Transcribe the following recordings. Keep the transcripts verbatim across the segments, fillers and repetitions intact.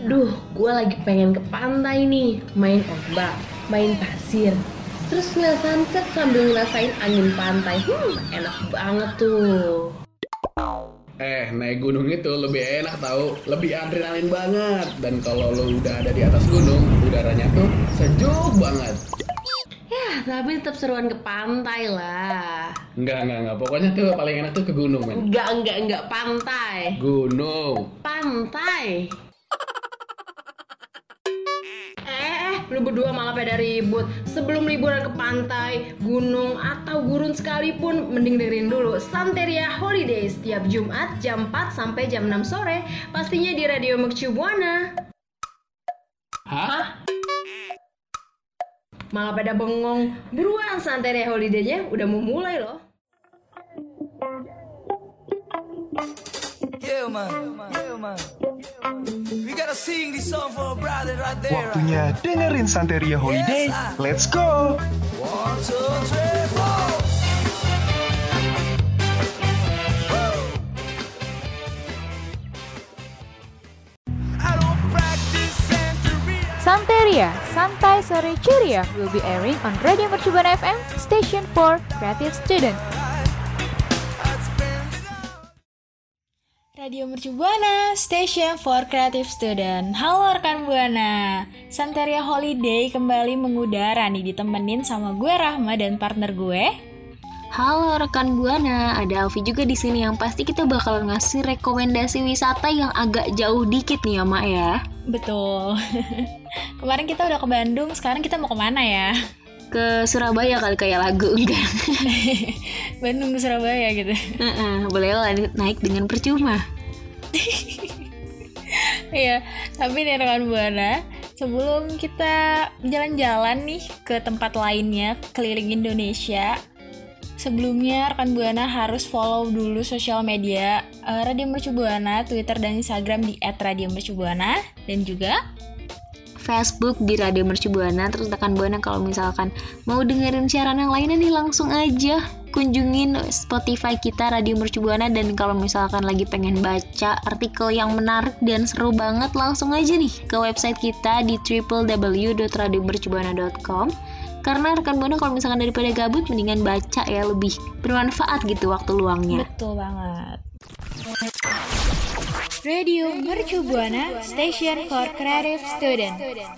Duh, gue lagi pengen ke pantai nih, main ombak, main pasir, terus ngeliat sunset sambil ngerasain angin pantai. Hmm, enak banget tuh. Eh, naik gunung itu lebih enak tahu, lebih adrenalin banget. Dan kalau lo udah ada di atas gunung, udaranya tuh sejuk banget. Ya, tapi tetap seruan ke pantai lah. Enggak, enggak, enggak. Pokoknya tuh paling enak tuh ke gunung, men. Enggak, enggak, enggak, pantai. Gunung. Pantai. Eh, lu berdua malah pada ribut. Sebelum liburan ke pantai, gunung, atau gurun sekalipun, mending dengerin dulu Santeria Holiday setiap Jumat jam empat sampai jam enam sore. Pastinya di Radio Mercu Buana. Hah? Malah pada bengong. Buruan, Santeria Holiday-nya udah mau mulai loh. Yeah, man. Yeah, man. We gotta sing this song for a brother right there. Waktunya dengerin Santeria Holiday. Let's go. One, two, three, four. Santeria, santai sore ceria will be airing on Radio Mercu Buana F M, station for creative student. Radio Mercu Buana, station for creative student. Halo rekan Buana, Santeria Holiday kembali mengudara nih, ditemenin sama gue Rahma dan partner gue. Halo rekan Buana, ada Alfi juga di sini yang pasti kita bakal ngasih rekomendasi wisata yang agak jauh dikit nih ya, Mak ya. Betul. Kemarin kita udah ke Bandung, sekarang kita mau kemana ya? Ke Surabaya kali, kayak lagu enggak? Bandung ke Surabaya gitu. Uh-uh, boleh lah naik dengan percuma. Iya, tapi nih rekan Buana, sebelum kita jalan-jalan nih ke tempat lainnya keliling Indonesia, sebelumnya rekan Buana harus follow dulu sosial media uh, Radio Mercu Buana, Twitter dan Instagram di et radio mercu buana, dan juga Facebook di Radio Mercu Buana. Terus rekan Buana kalau misalkan mau dengerin siaran yang lainnya nih, langsung aja kunjungin Spotify kita Radio Mercu Buana. Dan kalau misalkan lagi pengen baca artikel yang menarik dan seru banget, langsung aja nih ke website kita di w w w dot radio mercu buana dot com. Karena rekan Buana kalau misalkan daripada gabut, mendingan baca ya, lebih bermanfaat gitu waktu luangnya. Betul banget. Radio Mercu Buana, station for creative student.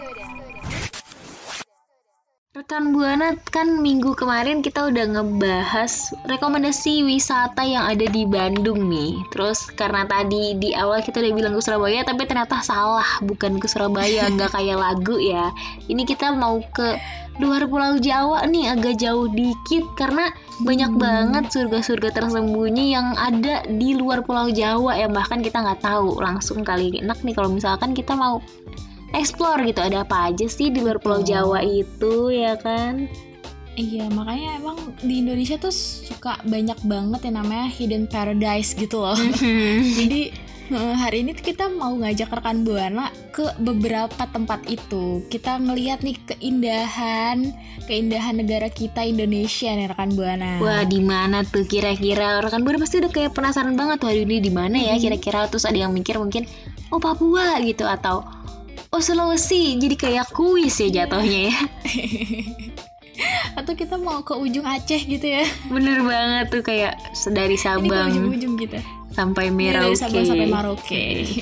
Rekan Buana, kan minggu kemarin kita udah ngebahas rekomendasi wisata yang ada di Bandung nih. Terus karena tadi di awal kita udah bilang ke Surabaya, tapi ternyata salah, bukan ke Surabaya, nggak kayak lagu ya. Ini kita mau ke luar Pulau Jawa nih, agak jauh dikit, karena banyak hmm. banget surga-surga tersembunyi yang ada di luar Pulau Jawa ya. Bahkan kita nggak tahu langsung. Kali enak nih kalau misalkan kita mau explore gitu, ada apa aja sih di luar Pulau Jawa itu, ya kan? Iya, makanya emang di Indonesia tuh suka banyak banget yang namanya hidden paradise gitu loh. Jadi hari ini tuh kita mau ngajak rekan Buana ke beberapa tempat itu. Kita ngelihat nih keindahan, keindahan negara kita Indonesia nih rekan Buana. Wah, di mana tuh kira-kira? Rekan Buana pasti udah kayak penasaran banget, tuh ini di mana ya kira-kira? Terus ada yang mikir mungkin oh Papua gitu, atau oh Sulawesi, jadi kayak kuis ya jatuhnya ya. Atau kita mau ke ujung Aceh gitu ya. Bener banget tuh, kayak dari Sabang ini ujung-ujung kita sampai Merauke. Dari Sabang sampai Merauke.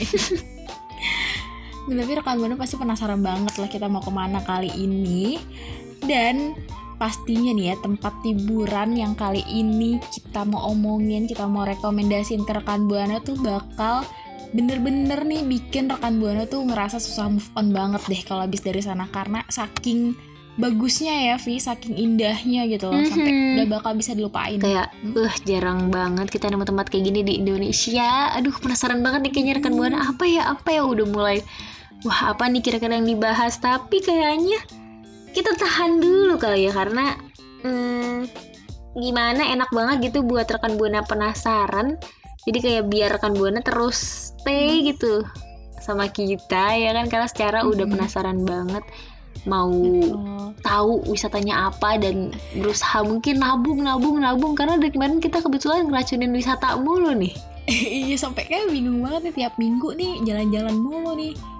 Tapi rekan Buana pasti penasaran banget lah kita mau kemana kali ini. Dan pastinya nih ya, tempat hiburan yang kali ini kita mau omongin, kita mau rekomendasiin ke rekan Buana tuh bakal bener-bener nih bikin rekan Buana tuh ngerasa susah move on banget deh kalau habis dari sana, karena saking bagusnya ya Vi, saking indahnya gitu loh, mm-hmm. sampai udah bakal bisa dilupain. Kayak hmm? uh jarang banget kita nemu tempat kayak gini di Indonesia. Aduh, penasaran banget nih kayaknya rekan Buana, apa ya apa ya udah mulai wah apa nih kira-kira yang dibahas. Tapi kayaknya kita tahan dulu kali ya, karena hmm, gimana enak banget gitu buat rekan Buana penasaran. Jadi kayak biar rekan Buana terus stay gitu sama kita ya kan, karena secara hmm. udah penasaran banget mau Betul. tahu wisatanya apa, dan berusaha mungkin nabung nabung nabung karena dari kemarin kita kebetulan ngeracunin wisata mulu nih. Iya, sampai kayak bingung banget nih, tiap minggu nih jalan-jalan mulu nih.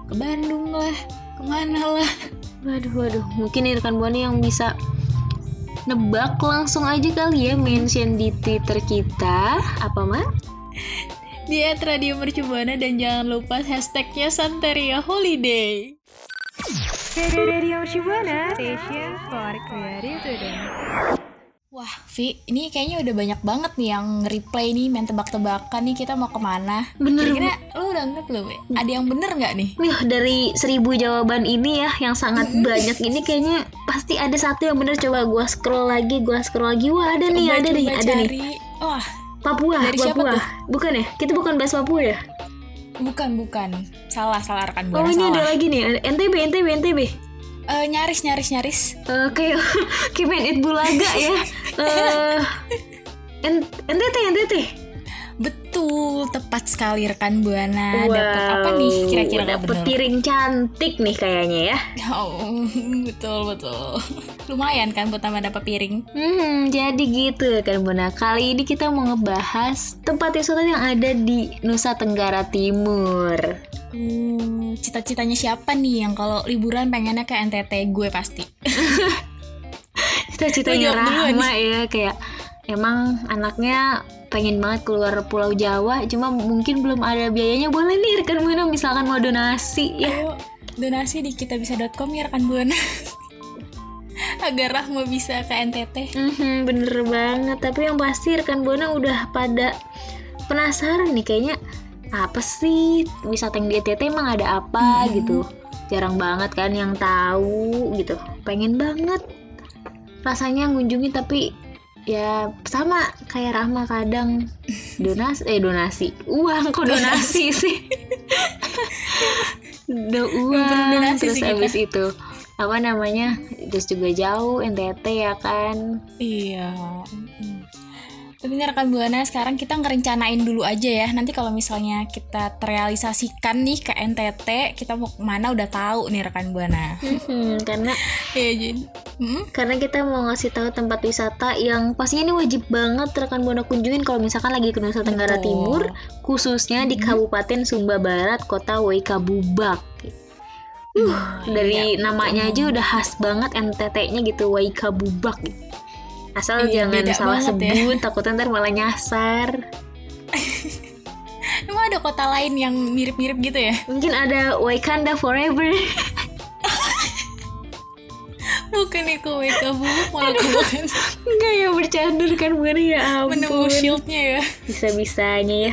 ke Bandung lah, kemana lah. Waduh, waduh, mungkin nih rekan Buana yang bisa nebak langsung aja kali ya mention di Twitter kita. Apa, Mak? Di et Radio Mercu Buana dan jangan lupa hashtagnya Santeria Holiday. Radio Mercu Buana, station for creative today. Wah, Vi, ini kayaknya udah banyak banget nih yang nge-replay nih, main tebak-tebakan nih kita mau kemana. Bener. Kira-kira lu udah ngeliat belum? Vi? Ada yang bener nggak nih? Wih, dari seribu jawaban ini ya, yang sangat banyak ini kayaknya pasti ada satu yang bener. Coba gua scroll lagi, gua scroll lagi. Wah, ada nih, Coba, ada coba nih, ada cari. nih. Wah, Papua, dari siapa Papua. tuh? Bukan ya? Kita bukan bahas Papua ya? bukan, bukan. Salah, salah rekan Oh, Buana, ini salah. ada lagi nih. Ada N T B, N T B, N T B. Eh, nyaris, nyaris, nyaris. Eh, kayak kayak main It Bulaga ya. Eh, N- NTT, N T T. Betul, tepat sekali rekan Buana. Dapat apa nih kira-kira kalau Dapet bener? piring cantik nih kayaknya ya. Oh, betul, betul. Lumayan kan buat tambah dapat piring. Hmm, jadi gitu kan Bunda. Kali ini kita mau ngebahas tempat wisata yang ada di Nusa Tenggara Timur. Uh, cita-citanya siapa nih yang kalau liburan pengennya ke N T T? Gue pasti. Cita-citanya Lu jawab duluan Rahma ya, kayak emang anaknya pengen banget keluar Pulau Jawa, cuma mungkin belum ada biayanya. Boleh nih rekan Buana misalkan mau donasi ya. Ayo donasi di kitabisa dot com ya rekan Buana. Agar Rahma bisa ke N T T. Mhm, bener banget. Tapi yang pasti rekan Buana udah pada penasaran nih kayaknya, apa sih wisata yang di N T T, emang ada apa gitu. Jarang banget kan yang tahu gitu. Pengen banget rasanya ngunjungi, tapi ya sama kayak Rahma kadang donasi eh donasi uang kok donasi sih. Do uang donasi terus sih kita. abis itu apa namanya, terus juga jauh N T T ya kan. Iya. mm. Tapi nih rekan Buana, sekarang kita ngerencanain dulu aja ya. Nanti kalau misalnya kita terrealisasikan nih ke N T T, kita mau kemana udah tahu nih rekan Buana. Hmm, karena Iya, jadi. Hmm? karena kita mau ngasih tahu tempat wisata yang pastinya ini wajib banget rekan Buana kunjungin kalau misalkan lagi ke Nusa Tenggara Betul. Timur, khususnya di Kabupaten Sumba Barat, Kota Waikabubak. Nah, Dari iya, namanya aja betul. udah khas banget N T T-nya gitu, Waikabubak. Asal Iya, jangan beda salah banget ya. sebut, takutnya ntar malah nyasar. Emang ada kota lain yang mirip-mirip gitu ya? Mungkin ada Wakanda Forever. Bukan itu Waikabubak, malah bukan Enggak ya, bercanda kan Buana, ya menembus ampun. shieldnya ya. Bisa-bisanya ya.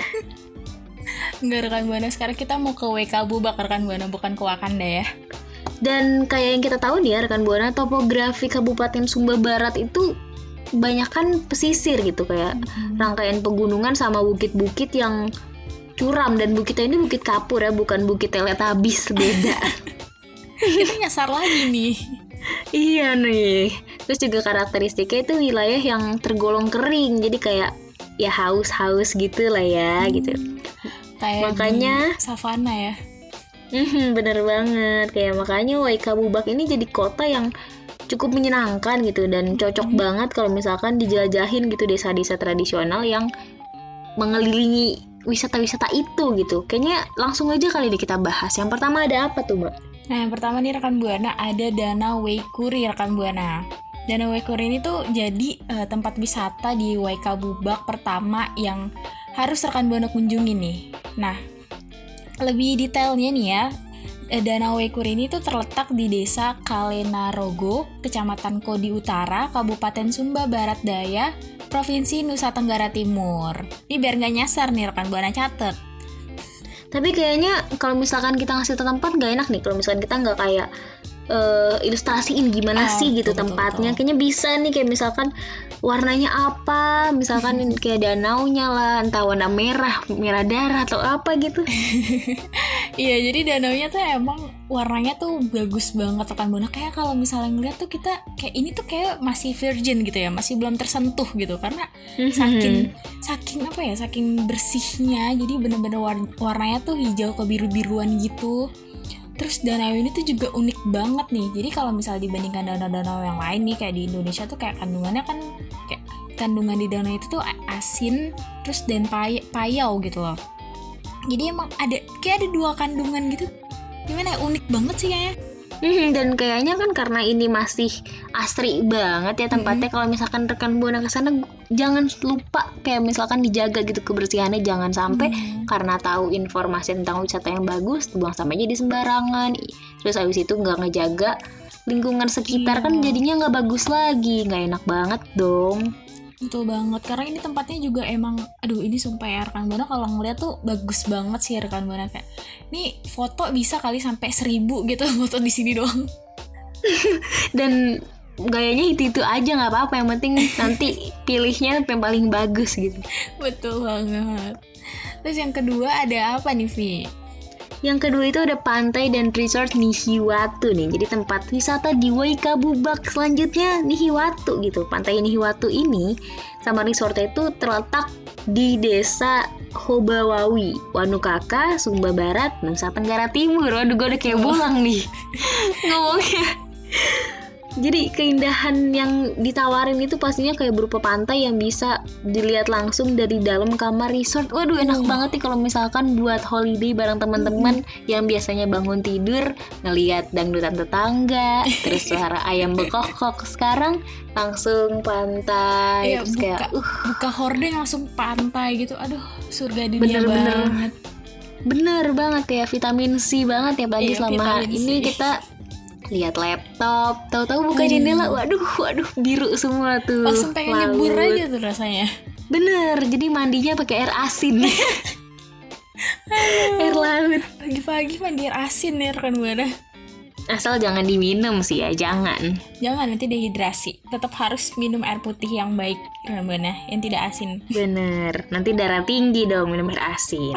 Enggak rekan Buana, sekarang kita mau ke Waikabubak rekan Buana, bukan ke Wakanda ya. Dan kayak yang kita tahu nih ya rekan Buana, topografi Kabupaten Sumba Barat itu banyakan pesisir gitu, kayak rangkaian pegunungan sama bukit-bukit yang curam, dan bukitnya ini bukit kapur ya, bukan bukit Teletubbies, beda. Kita nyasar lagi nih. Iya nih. Terus juga karakteristiknya itu wilayah yang tergolong kering, jadi kayak ya haus-haus gitu lah ya gitu. Kayak Makanya- di savana ya. Mhm, bener banget. Kayak makanya Waikabubak ini jadi kota yang cukup menyenangkan gitu, dan cocok banget kalau misalkan dijelajahin gitu desa-desa tradisional yang mengelilingi wisata-wisata itu gitu. Kayaknya langsung aja kali ini kita bahas. Yang pertama ada apa tuh, Mbak? Nah, yang pertama nih rekan Buana, ada Danau Waikuri rekan Buana. Danau Waikuri ini tuh jadi eh, tempat wisata di Waikabubak pertama yang harus rekan Buana kunjungi nih. Nah, lebih detailnya nih ya, eh, Danau Waikuri ini tuh terletak di desa Kalenarogo, Kecamatan Kodi Utara, Kabupaten Sumba Barat Daya, Provinsi Nusa Tenggara Timur. Ini biar nggak nyasar nih rekan Buana, catet. Tapi kayaknya kalau misalkan kita ngasih tahu tempat nggak enak nih kalau misalkan kita nggak kayak eh, ilustrasiin gimana Oh, sih gitu betul, betul, tempatnya. betul. Kayaknya bisa nih, kayak misalkan warnanya apa, misalkan kayak danaunya lah, entah warna merah, merah darah atau apa gitu. Iya, jadi danaunya tuh emang warnanya tuh bagus banget rekan Buana. Kayak kalau misalnya ngeliat tuh kita kayak ini tuh kayak masih virgin gitu ya, masih belum tersentuh gitu, karena saking saking apa ya, saking bersihnya. Jadi bener-bener war- warnanya tuh hijau kebiru-biruan gitu. Terus danau ini tuh juga unik banget nih. Jadi kalau misalnya dibandingkan danau-danau yang lain nih, kayak di Indonesia tuh kayak kandungannya kan kayak kandungan di danau itu tuh asin terus dan pay- payau gitu loh. Jadi emang ada kayak ada dua kandungan gitu. gimana ya, unik banget sih kayaknya. Hmm, dan kayaknya kan karena ini masih asri banget ya tempatnya, kalau misalkan rekan Buana ke sana jangan lupa kayak misalkan dijaga gitu kebersihannya, jangan sampai Hmm. karena tahu informasi tentang wisata yang bagus buang sampahnya di sembarangan, terus habis itu nggak ngejaga lingkungan sekitar. Iya. Kan jadinya nggak bagus lagi, nggak enak banget dong. Betul banget, karena ini tempatnya juga emang, aduh ini sumpah ya rekan Buana kalau ngeliat tuh bagus banget sih rekan Buana, kayak nih foto bisa kali sampai seribu gitu foto di sini doang. Dan gayanya itu itu aja nggak apa-apa, yang penting nanti pilihnya yang paling bagus gitu. Betul banget. Terus yang kedua ada apa nih Vi? Yang kedua itu ada pantai dan resort Nihiwatu nih. Jadi tempat wisata di Waikabubak. Selanjutnya Nihiwatu gitu. Pantai Nihiwatu ini sama resortnya itu terletak di desa Hobawawi, Wanukaka, Sumba Barat, Nusa Tenggara Timur. Waduh, gue udah kayak bulang nih ngomongnya. Jadi keindahan yang ditawarin itu pastinya kayak berupa pantai yang bisa dilihat langsung dari dalam kamar resort. Waduh, enak Hmm. banget nih kalau misalkan buat holiday bareng teman-teman yang biasanya bangun tidur ngelihat dangdutan tetangga, terus suara ayam bekokok. Sekarang langsung pantai, Iya, terus buka, kayak uh buka hordeng langsung pantai gitu. Aduh, surga dunia Bener-bener. banget. bener banget kayak vitamin C banget ya. Apalagi Iya, selama vitamin C. ini kita lihat laptop, tahu-tahu buka Aduh. jendela, waduh, waduh, biru semua tuh. Langsung pengen laut. nyebur aja tuh rasanya. Bener, jadi mandinya pakai air asin. Air laut. Pagi-pagi mandi air asin ya rekan Buana. Asal jangan diminum sih ya, jangan. Jangan, nanti dehidrasi. Tetap harus minum air putih yang baik rekan Buana, yang tidak asin. Bener, nanti darah tinggi dong minum air asin.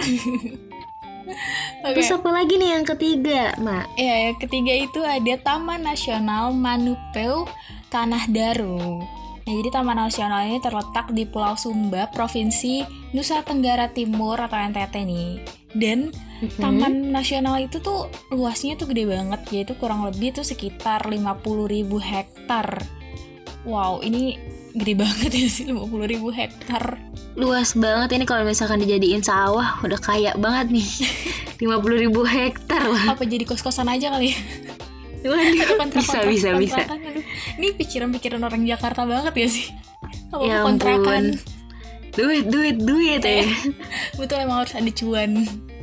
Oke. Terus apa lagi nih yang ketiga, Mak? Ya, yang ketiga itu ada Taman Nasional Manupeu Tanah Daru. Nah, jadi Taman Nasional ini terletak di Pulau Sumba, Provinsi Nusa Tenggara Timur atau N T T nih. Dan Taman Nasional itu tuh luasnya tuh gede banget, yaitu kurang lebih tuh sekitar lima puluh ribu hektar. Wow, ini gede banget ya sih, lima puluh ribu hektar. Luas banget ini, kalau misalkan dijadiin sawah udah kaya banget nih. lima puluh ribu hektar lah. Apa jadi kos-kosan aja kali ya? Waduh, Atau kontrak- bisa kontrak- bisa bisa. kontrakan. Aduh, ini pikiran-pikiran orang Jakarta banget ya sih. Apa Ya kontrakan? ampun. Duit duit duit ya. Betul, emang harus ada cuan.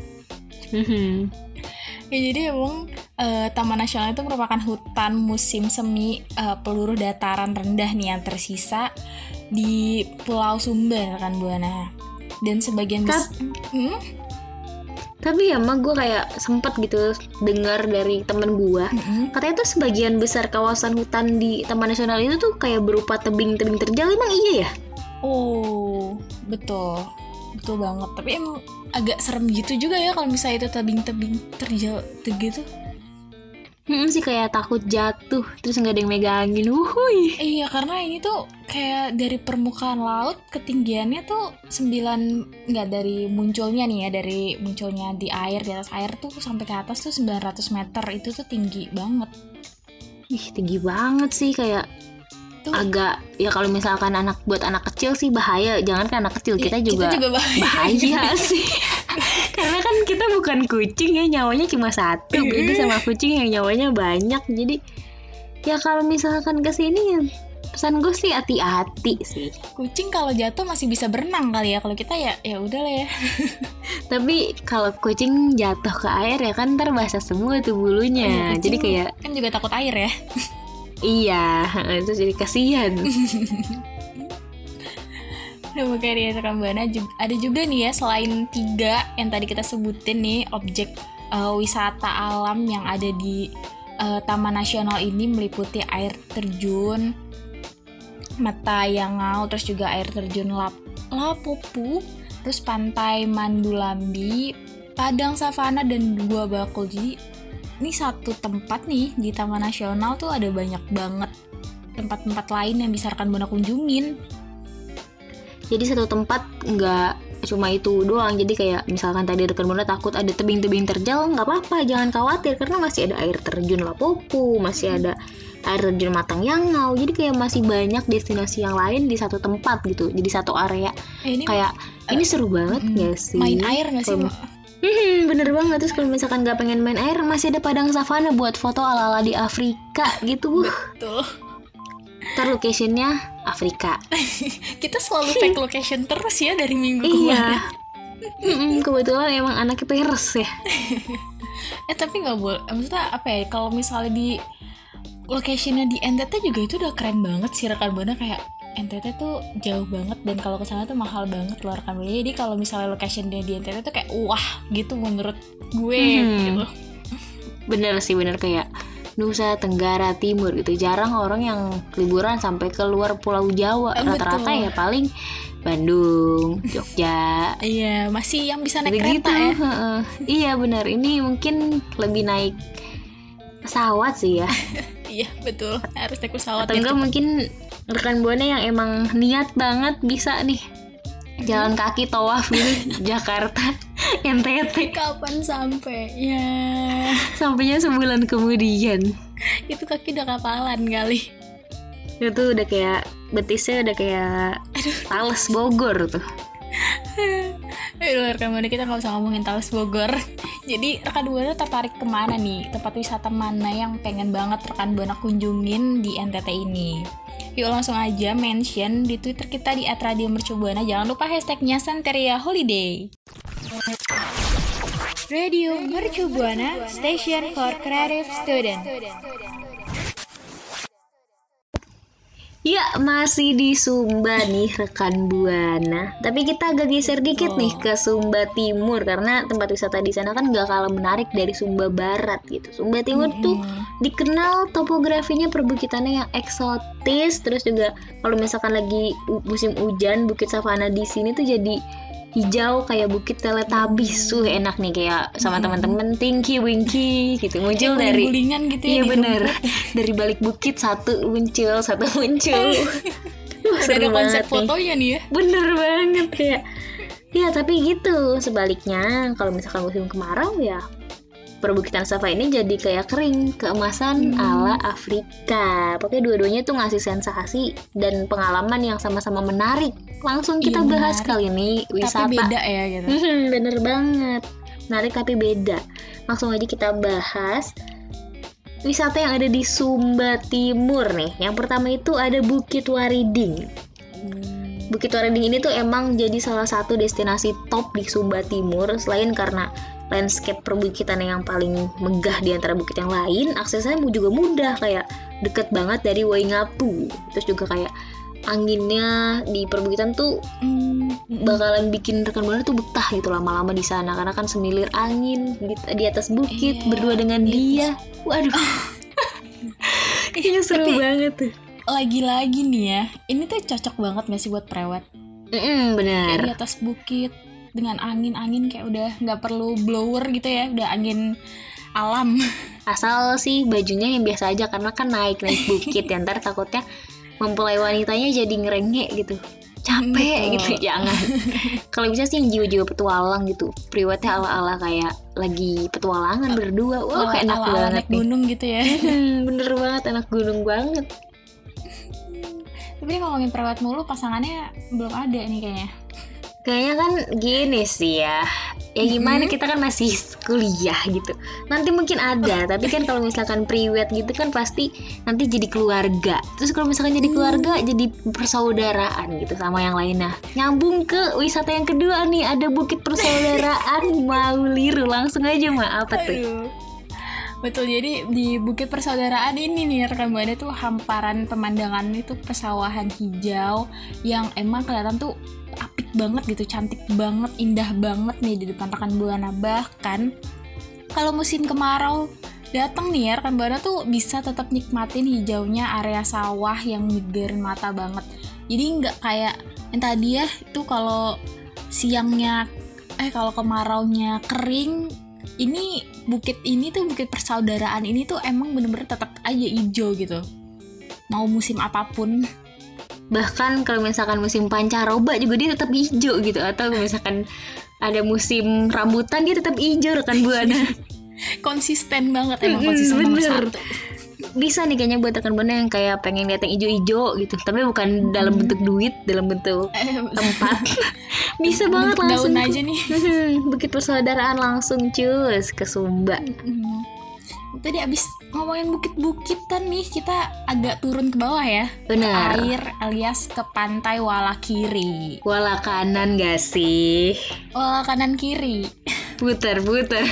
Mhm. Ya, jadi emang eh, Taman Nasional itu merupakan hutan musim semi eh, peluru dataran rendah nih yang tersisa di Pulau Sumba kan Buana. Dan sebagian besar, hmm? Tapi ya emang gue kayak sempet gitu dengar dari temen gue, Mm-mm. katanya tuh sebagian besar kawasan hutan di Taman Nasional itu tuh kayak berupa tebing-tebing terjal. Emang iya ya? Oh, betul. Betul banget. Tapi emang agak serem gitu juga ya kalau misalnya itu tebing-tebing terjal gitu. Hmm, sih kayak takut jatuh terus nggak ada yang megangin. Wuhui. Iya, karena ini tuh kayak dari permukaan laut ketinggiannya tuh sembilan, nggak dari munculnya nih ya, dari munculnya di air, di atas air tuh sampai ke atas tuh sembilan ratus meter. Itu tuh tinggi banget. Ih, tinggi banget sih, kayak Tuh. agak ya kalau misalkan anak buat anak kecil sih bahaya. Jangan kan anak kecil, kita Iya, juga, kita juga bahaya. bahaya sih. Karena kan kita bukan kucing ya, nyawanya cuma satu. Beda sama kucing yang nyawanya banyak. Jadi ya kalau misalkan kesini ya pesan gue sih hati-hati sih. Kucing kalau jatuh masih bisa berenang kali ya. Kalau kita ya ya udah lah ya. Tapi kalau kucing jatuh ke air ya kan ntar basah semua tuh bulunya. Kucing Jadi kayak kan juga takut air ya. iya, itu jadi kasihan. Nah, makanya di Rekam Buana juga, ada juga nih ya, selain tiga yang tadi kita sebutin nih objek uh, wisata alam yang ada di uh, Taman Nasional ini, meliputi air terjun Matayangau, terus juga air terjun Lap Lapupu, terus pantai Mandulambi, Padang Savana, dan Gua Bakul. Jadi ini satu tempat nih di Taman Nasional tuh ada banyak banget tempat-tempat lain yang bisa rekan Buana kunjungin. Jadi satu tempat nggak cuma itu doang. Jadi kayak misalkan tadi rekan Buana takut ada tebing-tebing terjal, nggak apa-apa, jangan khawatir karena masih ada air terjun Lapopu, masih ada air terjun Matayangau. Jadi kayak masih banyak destinasi yang lain di satu tempat gitu. Jadi satu area. Eh, ini Kayak ini seru banget mm, nggak sih? main air nggak sih? Kalau- Mak? Hmm, bener banget. Terus kalau misalkan nggak pengen main air, masih ada padang savana buat foto ala-ala di Afrika gitu. Betul. Ntar locationnya Afrika. Kita selalu fake location terus ya dari minggu Iya. kemarin. Mm-mm, kebetulan emang anaknya peres ya. Eh tapi nggak boleh. Maksudnya apa ya? Kalau misalnya di locationnya di N T T juga itu udah keren banget sih rekan Buana, kayak N T T tuh jauh banget dan kalau kesana tuh mahal banget loh rekan Buana. Jadi kalau misalnya locationnya di N T T tuh kayak wah gitu menurut gue Hmm. gitu. Bener sih, bener kayak Nusa Tenggara Timur gitu. Jarang orang yang liburan sampai keluar Pulau Jawa. Eh, Rata-rata betul. ya paling Bandung, Jogja. Iya, masih yang bisa naik Begitu. kereta ya. Heeh. Iya benar. Ini mungkin lebih naik pesawat sih ya. Iya betul, harus naik pesawat. Atau biar enggak cepet. mungkin rekan Buana yang emang niat banget bisa nih jalan kaki tawaf gitu Jakarta N T T. Kapan sampai? Ya, Sampainya sebulan kemudian. itu kaki udah kapalan kali. Itu udah kayak betisnya udah kayak Tales Bogor tuh. Aduh, rekan Buana, kita nggak usah ngomongin Tales Bogor. Jadi rekan Buana tertarik kemana nih? Tempat wisata mana yang pengen banget rekan Buana kunjungin di N T T ini? Yuk langsung aja mention di Twitter kita di at radio mercubuana. Jangan lupa hashtagnya Santeria Holiday. Radio Mercubuana, station for creative student. Ya, masih di Sumba nih rekan Buana. Tapi kita agak geser dikit nih ke Sumba Timur karena tempat wisata di sana kan gak kalah menarik dari Sumba Barat gitu. Sumba Timur tuh dikenal topografinya perbukitannya yang eksotis, terus juga kalau misalkan lagi u- musim hujan, bukit savana di sini tuh jadi hijau kayak bukit Teletubbies. Tuh enak nih kayak sama teman-teman Tinky Winky gitu muncul Kayak dari guling-gulingan gitu ya. iya di bener rumput. dari balik bukit satu muncul satu muncul. Wah, Udah seru ada konsep banget nih. fotonya nih ya. Bener banget kayak ya, tapi gitu sebaliknya kalau misalkan musim kemarau ya perbukitan savana ini jadi kayak kering keemasan ala Afrika. Pokoknya dua-duanya tuh ngasih sensasi dan pengalaman yang sama-sama menarik. Langsung kita Iya, bahas menarik. kali ini wisata. Tapi beda ya gitu. Hmm, bener banget. Menarik tapi beda. Langsung aja kita bahas wisata yang ada di Sumba Timur nih. Yang pertama itu ada Bukit Wariding. Bukit Wariding ini tuh emang jadi salah satu destinasi top di Sumba Timur. Selain karena landscape perbukitan yang paling megah di antara bukit yang lain, aksesnya juga mudah, kayak deket banget dari Waingapu. Terus juga kayak anginnya di perbukitan tuh Hmm, bakalan bikin rekan Buana tuh betah gitu lama-lama di sana karena kan semilir angin di, di atas bukit Iya, berdua dengan di dia. Waduh. Kayaknya seru Tapi- banget tuh. lagi-lagi nih ya, ini tuh cocok banget gak sih buat prewed? Mm-mm, Kayak di benar. atas bukit dengan angin-angin kayak udah nggak perlu blower gitu ya, udah angin alam. Asal sih bajunya yang biasa aja karena kan naik naik bukit ya, ntar takutnya mempelai wanitanya jadi ngerengek gitu. Capek Betul. gitu, jangan. Kalau bisa sih yang jiwa-jiwa petualang gitu. Priwetnya ala-ala kayak lagi petualangan berdua. Wah, kayak enak Ala-ala banget naik nih. gunung gitu ya. Hmm, bener banget, anak gunung banget. Tapi ini ngomongin prewed mulu, pasangannya belum ada nih kayaknya. Kayaknya kan gini sih ya. Ya gimana, kita kan masih kuliah gitu. Nanti mungkin ada, tapi kan kalau misalkan priwet gitu kan pasti nanti jadi keluarga. Terus kalau misalkan jadi keluarga jadi persaudaraan gitu sama yang lainnya. Nyambung ke wisata yang kedua nih, ada Bukit Persaudaraan Mauliru. Langsung aja mah apa tuh? Aduh. Betul, jadi di Bukit Persaudaraan ini nih rekan Buana tuh hamparan pemandangan itu pesawahan hijau yang emang kelihatan tuh apik banget gitu, cantik banget, indah banget nih di depan rekan Buana. Bahkan kalau musim kemarau datang nih ya, rekan Buana tuh bisa tetap nikmatin hijaunya area sawah yang nyegerin mata banget. Jadi nggak kayak yang tadi ya, itu kalau siangnya eh kalau kemaraunya kering, ini bukit ini tuh Bukit Persaudaraan ini tuh emang bener-bener tetap aja hijau gitu, mau musim apapun. Bahkan kalau misalkan musim pancaroba juga dia tetap hijau gitu. Atau misalkan ada musim rambutan dia tetap hijau rekan Buana. Konsisten banget, emang Mm-mm, konsisten nomor bener. satu. bisa nih kayaknya buat rekan Buana yang kayak pengen lihat yang ijo-ijo gitu, tapi bukan Hmm. dalam bentuk duit, dalam bentuk Eh, tempat. Bisa banget bentuk langsung daun aja nih. Bukit Persaudaraan langsung cus ke Sumba. Hmm. Tadi abis ngomongin bukit-bukitan nih, kita agak turun ke bawah ya. Benar. Air alias ke pantai Walakiri. Wala kanan gak sih? Wala kanan kiri. Putar-putar.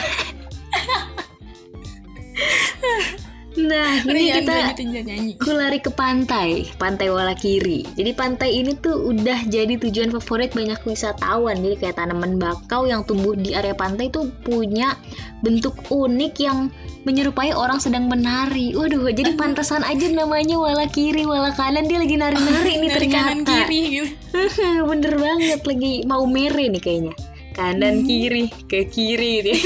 Nah, Udah ini jangan kita lanjutin, jangan nyanyi. ku lari ke pantai, Pantai Walakiri. Jadi pantai ini tuh udah jadi tujuan favorit banyak wisatawan. Jadi kayak tanaman bakau yang tumbuh di area pantai tuh punya bentuk unik yang menyerupai orang sedang menari. Waduh, jadi pantesan aja namanya Walakiri, Wala kanan, dia lagi nari-nari nih Dari kanan ternyata. kiri gitu. Bener banget, lagi mau mere nih kayaknya. Kanan kiri, ke kiri dia.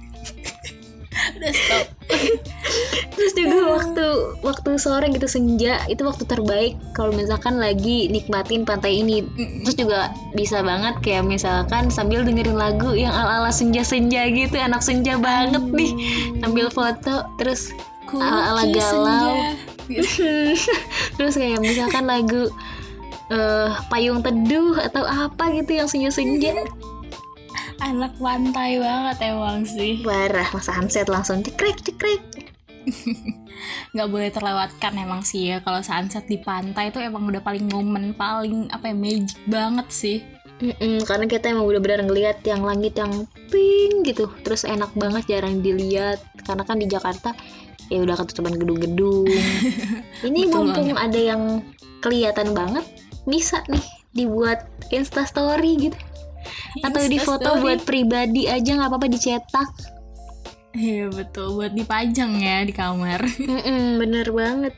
Udah stop. Terus juga waktu waktu sore gitu senja itu waktu terbaik kalau misalkan lagi nikmatin pantai ini. Terus juga bisa banget kayak misalkan sambil dengerin lagu yang ala-ala senja-senja gitu, anak senja banget nih. Sambil foto terus Ku ala-ala lukis galau. senja. Terus kayak misalkan lagu eh, Payung Teduh atau apa gitu yang senja-senja. Anak pantai banget emang sih. Parah, mas sunset langsung cekrek cekrek. Nggak boleh terlewatkan emang sih ya, kalau sunset di pantai itu emang udah paling momen paling apa ya, magic banget sih. Mm-mm, karena kita emang benar-benar ngelihat yang langit yang pink gitu, terus enak banget, jarang dilihat karena kan di Jakarta ya udah ketutupan gedung-gedung. Ini Betul mumpung banget. ada yang kelihatan banget, bisa nih dibuat Insta Story gitu, atau di foto Instastory. buat pribadi aja nggak apa-apa, dicetak. Iya betul, buat dipajang ya di kamar. Mm-mm, bener banget.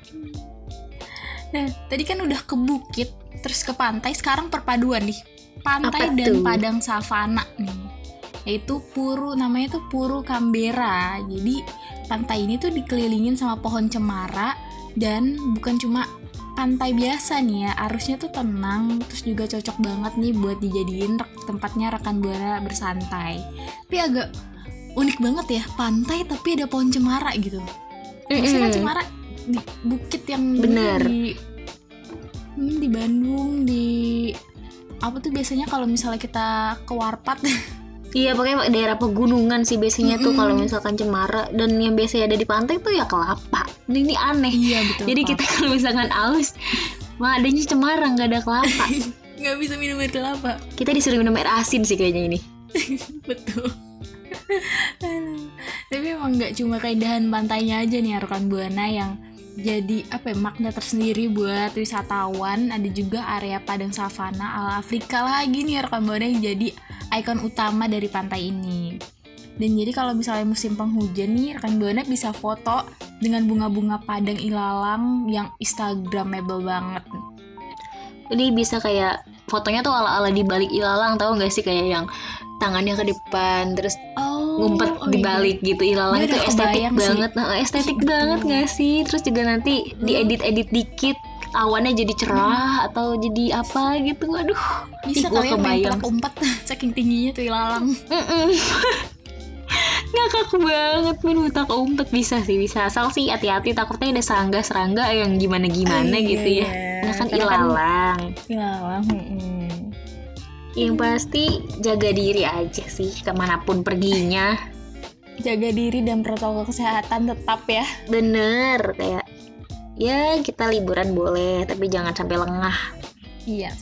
Nah, tadi kan udah ke bukit, terus ke pantai, sekarang perpaduan nih. Pantai Apa dan tuh? padang savana nih. Yaitu Puru, namanya tuh Puru Kambera. Jadi pantai ini tuh dikelilingin sama pohon cemara dan bukan cuma pantai biasa nih ya, arusnya tuh tenang, terus juga cocok banget nih buat dijadiin rek- tempatnya rekan Buana bersantai. Tapi agak unik banget ya, pantai tapi ada pohon cemara gitu. Biasanya kan Mm-mm. cemara di bukit yang Bener. di hmm, di Bandung, di apa tuh biasanya kalau misalnya kita ke Warpat. Iya, pokoknya daerah pegunungan sih biasanya tuh Mm-mm. kalau misalkan cemara, dan yang biasanya ada di pantai tuh ya kelapa. Nah, ini aneh. Iya betul. Jadi kita kalau misalkan aus, mah adanya cemara, nggak ada kelapa. nggak bisa minum air kelapa. Kita disuruh minum air asin sih kayaknya ini. Betul. Aduh. Tapi emang nggak cuma keindahan pantainya aja nih rekan Buana yang jadi apa ya, makna tersendiri buat wisatawan. Ada juga area padang savana ala Afrika lagi nih rekan Buana yang jadi ikon utama dari pantai ini. Dan jadi kalau misalnya musim penghujan nih, rekan Buana bisa foto dengan bunga-bunga padang ilalang yang instagramable banget. Ini bisa kayak fotonya tuh ala-ala di balik ilalang, tahu nggak sih, kayak yang tangannya ke depan terus Oh, ngumpet oh di iya. balik gitu. Ilalang Gue itu udah estetik kebayang sih. banget. Nah, estetik banget nggak sih? Terus juga nanti diedit-edit dikit, awannya jadi cerah atau jadi apa gitu. Aduh, Bisa ih, gua kali ya main kebayang. petak umpet saking tingginya tuh ilalang. Mm-mm. Ngakak banget, men, utak umpet bisa sih, bisa. Asal sih hati-hati, takutnya ada serangga-serangga yang gimana-gimana Oh, iya, gitu ya. iya. Nah kan Karena kan- ilalang. Ilalang. mm-mm. Yang pasti jaga diri aja sih kemanapun perginya. Jaga diri dan protokol kesehatan tetap ya. Bener, kayak ya kita liburan boleh, tapi jangan sampai lengah. Yes.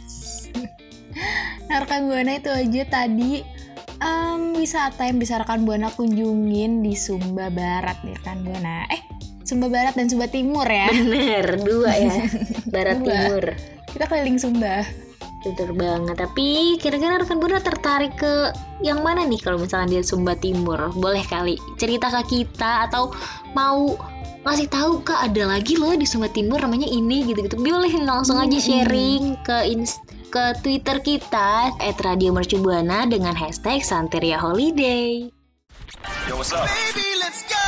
Nah rekan Buana itu aja tadi em, wisata yang bisa rekan Buana kunjungin di Sumba Barat nih rekan Buana. Eh Sumba Barat dan Sumba Timur ya. Bener, dua ya. Barat Dua. timur. Kita keliling Sumba. Bener banget. Tapi kira-kira rekan Buana tertarik ke yang mana nih kalau misalnya di Sumba Timur? Boleh kali cerita ke kita, atau mau ngasih tahu Kak ada lagi loh di Sumba Timur namanya ini gitu-gitu. Boleh langsung aja sharing ke ins- ke Twitter kita et radio mercubuana dengan hashtag Santeria Holiday. Baby, let's go.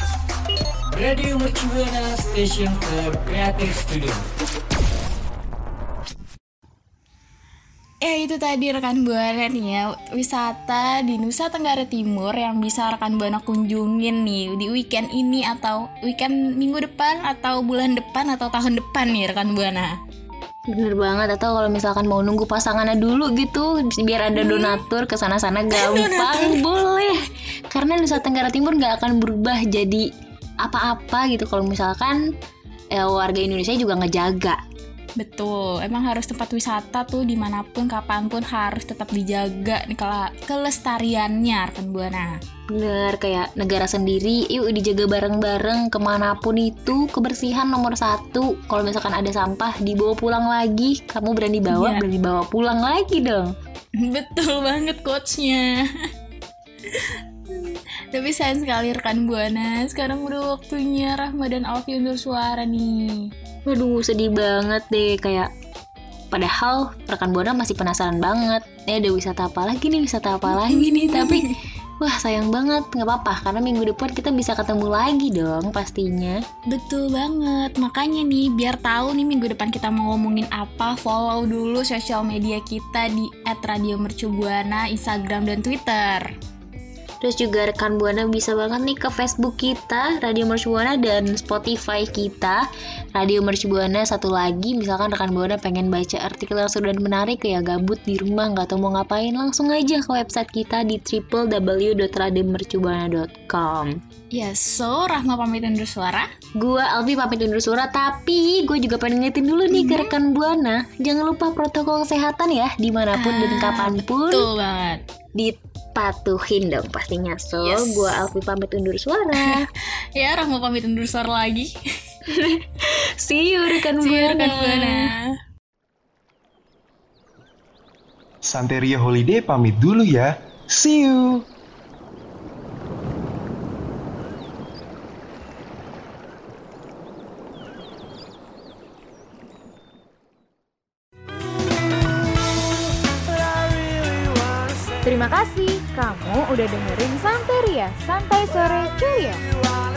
Radio Mercubuana Station for Creative Studio. Ya itu tadi rekan Buana nih ya, wisata di Nusa Tenggara Timur yang bisa rekan Buana kunjungin nih di weekend ini atau weekend minggu depan atau bulan depan atau tahun depan nih rekan Buana. Bener banget, atau kalau misalkan mau nunggu pasangannya dulu gitu biar ada donatur ke sana-sana gampang boleh. Karena Nusa Tenggara Timur nggak akan berubah jadi apa-apa gitu kalau misalkan eh, warga Indonesia juga ngejaga. Betul, emang harus tempat wisata tuh dimanapun, kapanpun harus tetap dijaga nih kela- kelestariannya rekan Buana. Bener, kayak negara sendiri, yuk dijaga bareng-bareng kemanapun itu. Kebersihan nomor satu. Kalau misalkan ada sampah, dibawa pulang lagi. Kamu berani bawa, Iya. berani bawa pulang lagi dong. Betul banget quotes-nya. Tapi sayang sekali rekan Buana, sekarang udah waktunya Rahma dan Alfi undur suara nih. Waduh, sedih banget deh. Kayak padahal rekan Buana masih penasaran banget. Eh, ada wisata apa lagi nih, wisata apa lagi nih. Tapi wah sayang banget, nggak apa-apa karena minggu depan kita bisa ketemu lagi dong pastinya. Betul banget, makanya nih biar tahu nih minggu depan kita mau ngomongin apa, follow dulu sosial media kita di et radio mercubuana, Instagram dan Twitter. Terus juga rekan Buana bisa banget nih ke Facebook kita, Radio Mercubuana, dan Spotify kita, Radio Mercubuana. Satu lagi, misalkan rekan Buana pengen baca artikel yang seru dan menarik ya, gabut di rumah nggak tahu mau ngapain, langsung aja ke website kita di w w w dot radio mercubuana dot com. Ya, so Rahma pamit undur suara. Gua Alfi pamit undur suara, tapi gue juga pengen ngingetin dulu nih ke rekan Buana, jangan lupa protokol kesehatan ya, dimanapun dan kapanpun. Betul banget. Dipatuhin dong pastinya. So, Yes. gue Alfi pamit undur suara. Ya, Rahma pamit undur suara lagi. See you rekan See you, Buana. rekan Buana. Santeria Holiday pamit dulu ya. See you. Terima kasih kamu udah dengerin Santeria, Santai Sore Ceria.